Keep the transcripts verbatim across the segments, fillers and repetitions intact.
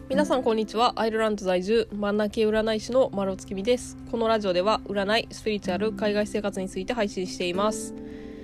皆さんこんにちは。アイルランド在住マンナ系占い師の丸尾月見です。このラジオでは占い、スピリチュアル、海外生活について配信しています。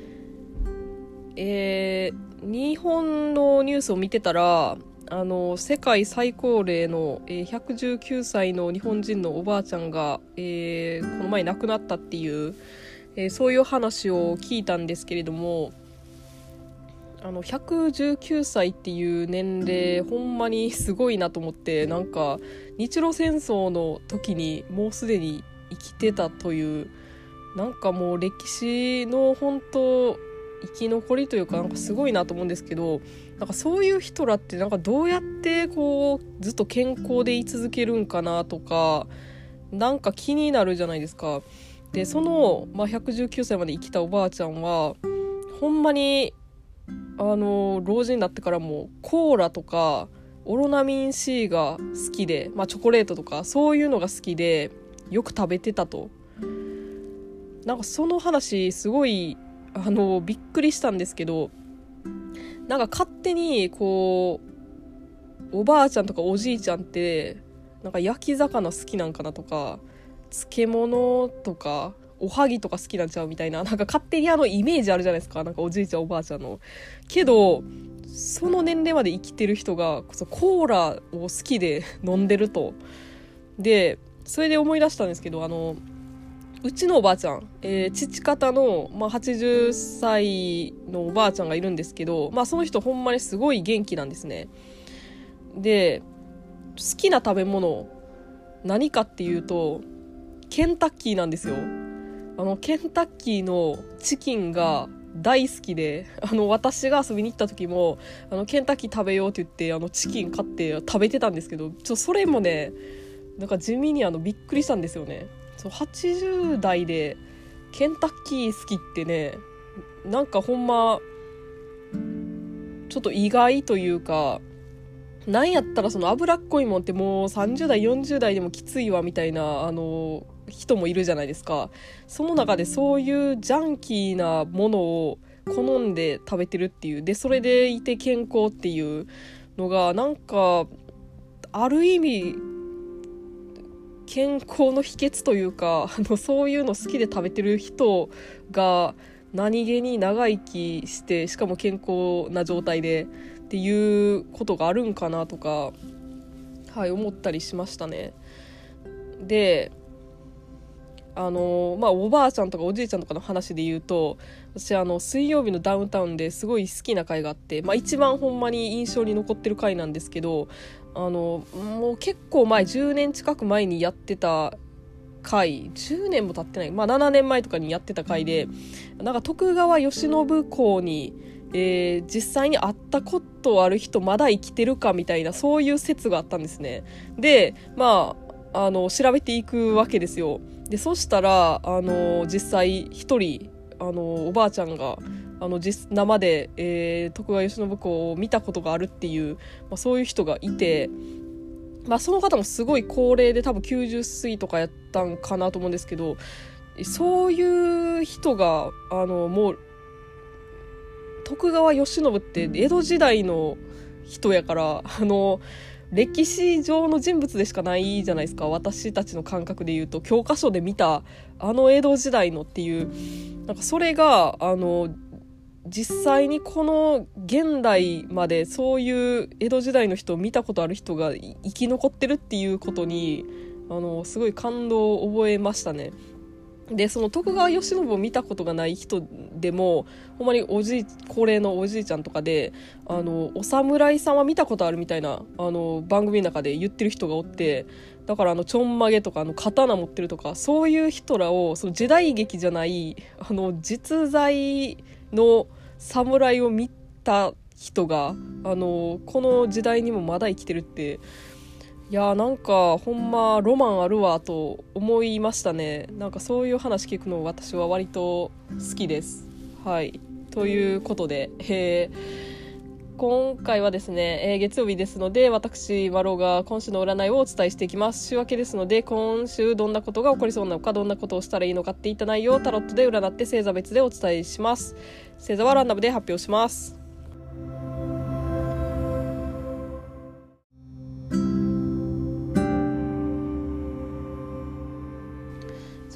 えー、日本のニュースを見てたらあの世界最高齢の、えー、ひゃくじゅうきゅうさいの日本人のおばあちゃんが、えー、この前亡くなったっていう、えー、そういう話を聞いたんですけれども、あのひゃくじゅうきゅうさいっていう年齢ほんまにすごいなと思って、なんか日露戦争の時にもうすでに生きてたという、なんかもう歴史の本当生き残りというか、なんかすごいなと思うんですけど、なんかそういう人らってなんかどうやってこうずっと健康でい続けるんかなとか、なんか気になるじゃないですか。でその、まあ、ひゃくじゅうきゅうさいまで生きたおばあちゃんはほんまにあの老人になってからもコーラとかオロナミン C が好きで、まあ、チョコレートとかそういうのが好きでよく食べてたと。なんかその話すごいあのびっくりしたんですけど、なんか勝手にこうおばあちゃんとかおじいちゃんってなんか焼き魚好きなんかなとか、漬物とかおはぎとか好きなんちゃうみたいな、なんか勝手にあのイメージあるじゃないですか。なんかおじいちゃんおばあちゃんのけど、その年齢まで生きてる人がコーラを好きで飲んでると。でそれで思い出したんですけど、あのうちのおばあちゃん、えー、父方の、まあ、はちじゅっさいのおばあちゃんがいるんですけど、まあ、その人ほんまにすごい元気なんですね。で好きな食べ物何かっていうとケンタッキーなんですよ。あのケンタッキーのチキンが大好きで、あの私が遊びに行った時もあのケンタッキー食べようって言ってあのチキン買って食べてたんですけど、ちょそれもねなんか地味にあのびっくりしたんですよね。そうはちじゅう代でケンタッキー好きってね、なんかほんまちょっと意外というか、なんやったらその脂っこいもんってもうさんじゅう代よんじゅう代でもきついわみたいなあの人もいるじゃないですか。その中でそういうジャンキーなものを好んで食べてるっていう、でそれでいて健康っていうのがなんかある意味健康の秘訣というか、あのそういうの好きで食べてる人が何気に長生きして、しかも健康な状態でっていうことがあるんかなとか、はい、思ったりしましたね。であのまあおばあちゃんとかおじいちゃんとかの話で言うと、私あの水曜日のダウンタウンですごい好きな回があって、まあ、一番ほんまに印象に残ってる回なんですけど、あのもう結構前じゅうねん近く前にやってた回、じゅうねんも経ってない、まあ、ななねんまえとかにやってた回で、なんか徳川慶喜公に、えー、実際に会ったことある人まだ生きてるかみたいな、そういう説があったんですね。でまああの調べていくわけですよ。でそしたらあの実際一人あのおばあちゃんがあの実生で、えー、徳川慶喜公を見たことがあるっていう、まあ、そういう人がいて、まあ、その方もすごい高齢で多分きゅうじゅっさいとかやったんかなと思うんですけど、そういう人があのもう徳川慶喜って江戸時代の人やから、あの歴史上の人物でしかないじゃないですか。私たちの感覚で言うと教科書で見たあの江戸時代のっていう、なんかそれがあの実際にこの現代までそういう江戸時代の人を見たことある人が生き残ってるっていうことにあのすごい感動を覚えましたね。でその徳川慶喜を見たことがない人でもほんまにおじい高齢のおじいちゃんとかで、あのお侍さんは見たことあるみたいなあの番組の中で言ってる人がおって、だからあのちょんまげとかあの刀持ってるとか、そういう人らをその時代劇じゃないあの実在の侍を見た人があのこの時代にもまだ生きてるって、いやーなんかほんまロマンあるわと思いましたね。なんかそういう話聞くの私は割と好きです。はい、ということで、えー、今回はですね、えー、月曜日ですので私マロが今週の占いをお伝えしていきます。週明けですので今週どんなことが起こりそうなのか、どんなことをしたらいいのかっていった内容をタロットで占って星座別でお伝えします。星座はランダムで発表します。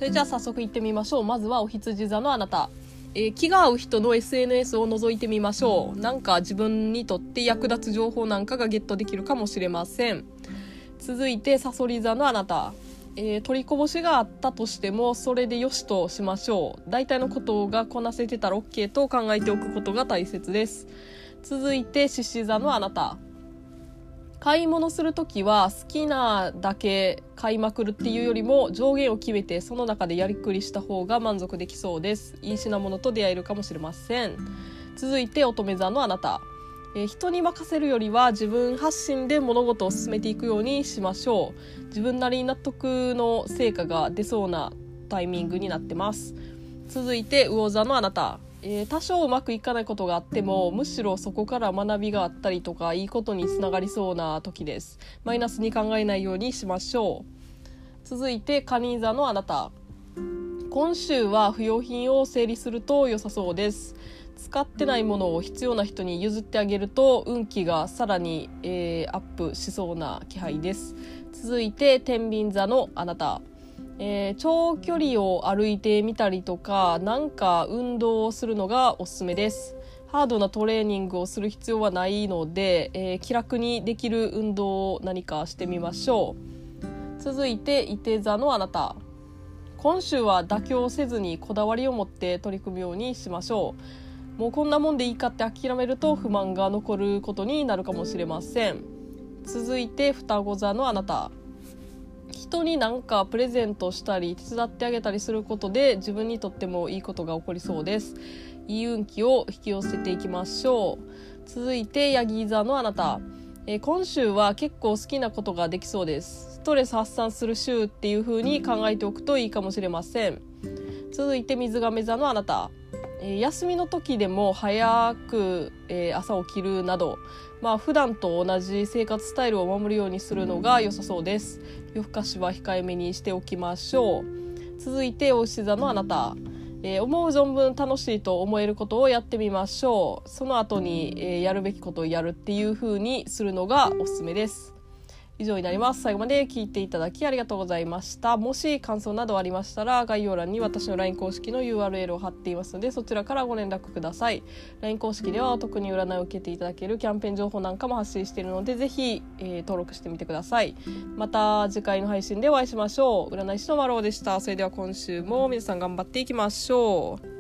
れじゃあ早速いってみましょう。まずはお羊座のあなた、えー、気が合う人の エスエヌエス を覗いてみましょう。なんか自分にとって役立つ情報なんかがゲットできるかもしれません。続いてさそり座のあなた、えー、取りこぼしがあったとしてもそれでよしとしましょう。大体のことがこなせてたら OK と考えておくことが大切です。続いて獅子座のあなた、買い物するときは好きなだけ買いまくるっていうよりも上限を決めてその中でやりくりした方が満足できそうです。いい品物と出会えるかもしれません。続いて乙女座のあなた、えー、人に任せるよりは自分発信で物事を進めていくようにしましょう。自分なりに納得の成果が出そうなタイミングになってます。続いて魚座のあなた、えー、多少うまくいかないことがあってもむしろそこから学びがあったりとかいいことにつながりそうな時です。マイナスに考えないようにしましょう。続いて蟹座のあなた、今週は不要品を整理すると良さそうです。使ってないものを必要な人に譲ってあげると運気がさらに、えー、アップしそうな気配です。続いて天秤座のあなた、えー、長距離を歩いてみたりとかなんか運動をするのがおすすめです。ハードなトレーニングをする必要はないので、えー、気楽にできる運動を何かしてみましょう。続いていて座のあなた、今週は妥協せずにこだわりを持って取り組むようにしましょう。もうこんなもんでいいかって諦めると不満が残ることになるかもしれません。続いて双子座のあなた、人に何かプレゼントしたり手伝ってあげたりすることで自分にとってもいいことが起こりそうです。いい運気を引き寄せていきましょう。続いてヤギ座のあなた、えー、今週は結構好きなことができそうです。ストレス発散する週っていう風に考えておくといいかもしれません。続いて水亀座のあなた、えー、休みの時でも早く、えー、朝起きるなど、まあ、普段と同じ生活スタイルを守るようにするのが良さそうです。夜更かしは控えめにしておきましょう。続いて牡牛座のあなた、えー、思う存分楽しいと思えることをやってみましょう。その後に、えー、やるべきことをやるっていう風にするのがおすすめです。以上になります。最後まで聞いていただきありがとうございました。もし感想などありましたら概要欄に私の ライン 公式の ユーアールエル を貼っていますのでそちらからご連絡ください。 ライン 公式ではお得に占いを受けていただけるキャンペーン情報なんかも発信しているのでぜひ、えー、登録してみてください。また次回の配信でお会いしましょう。占い師のまろうでした。それでは今週も皆さん頑張っていきましょう。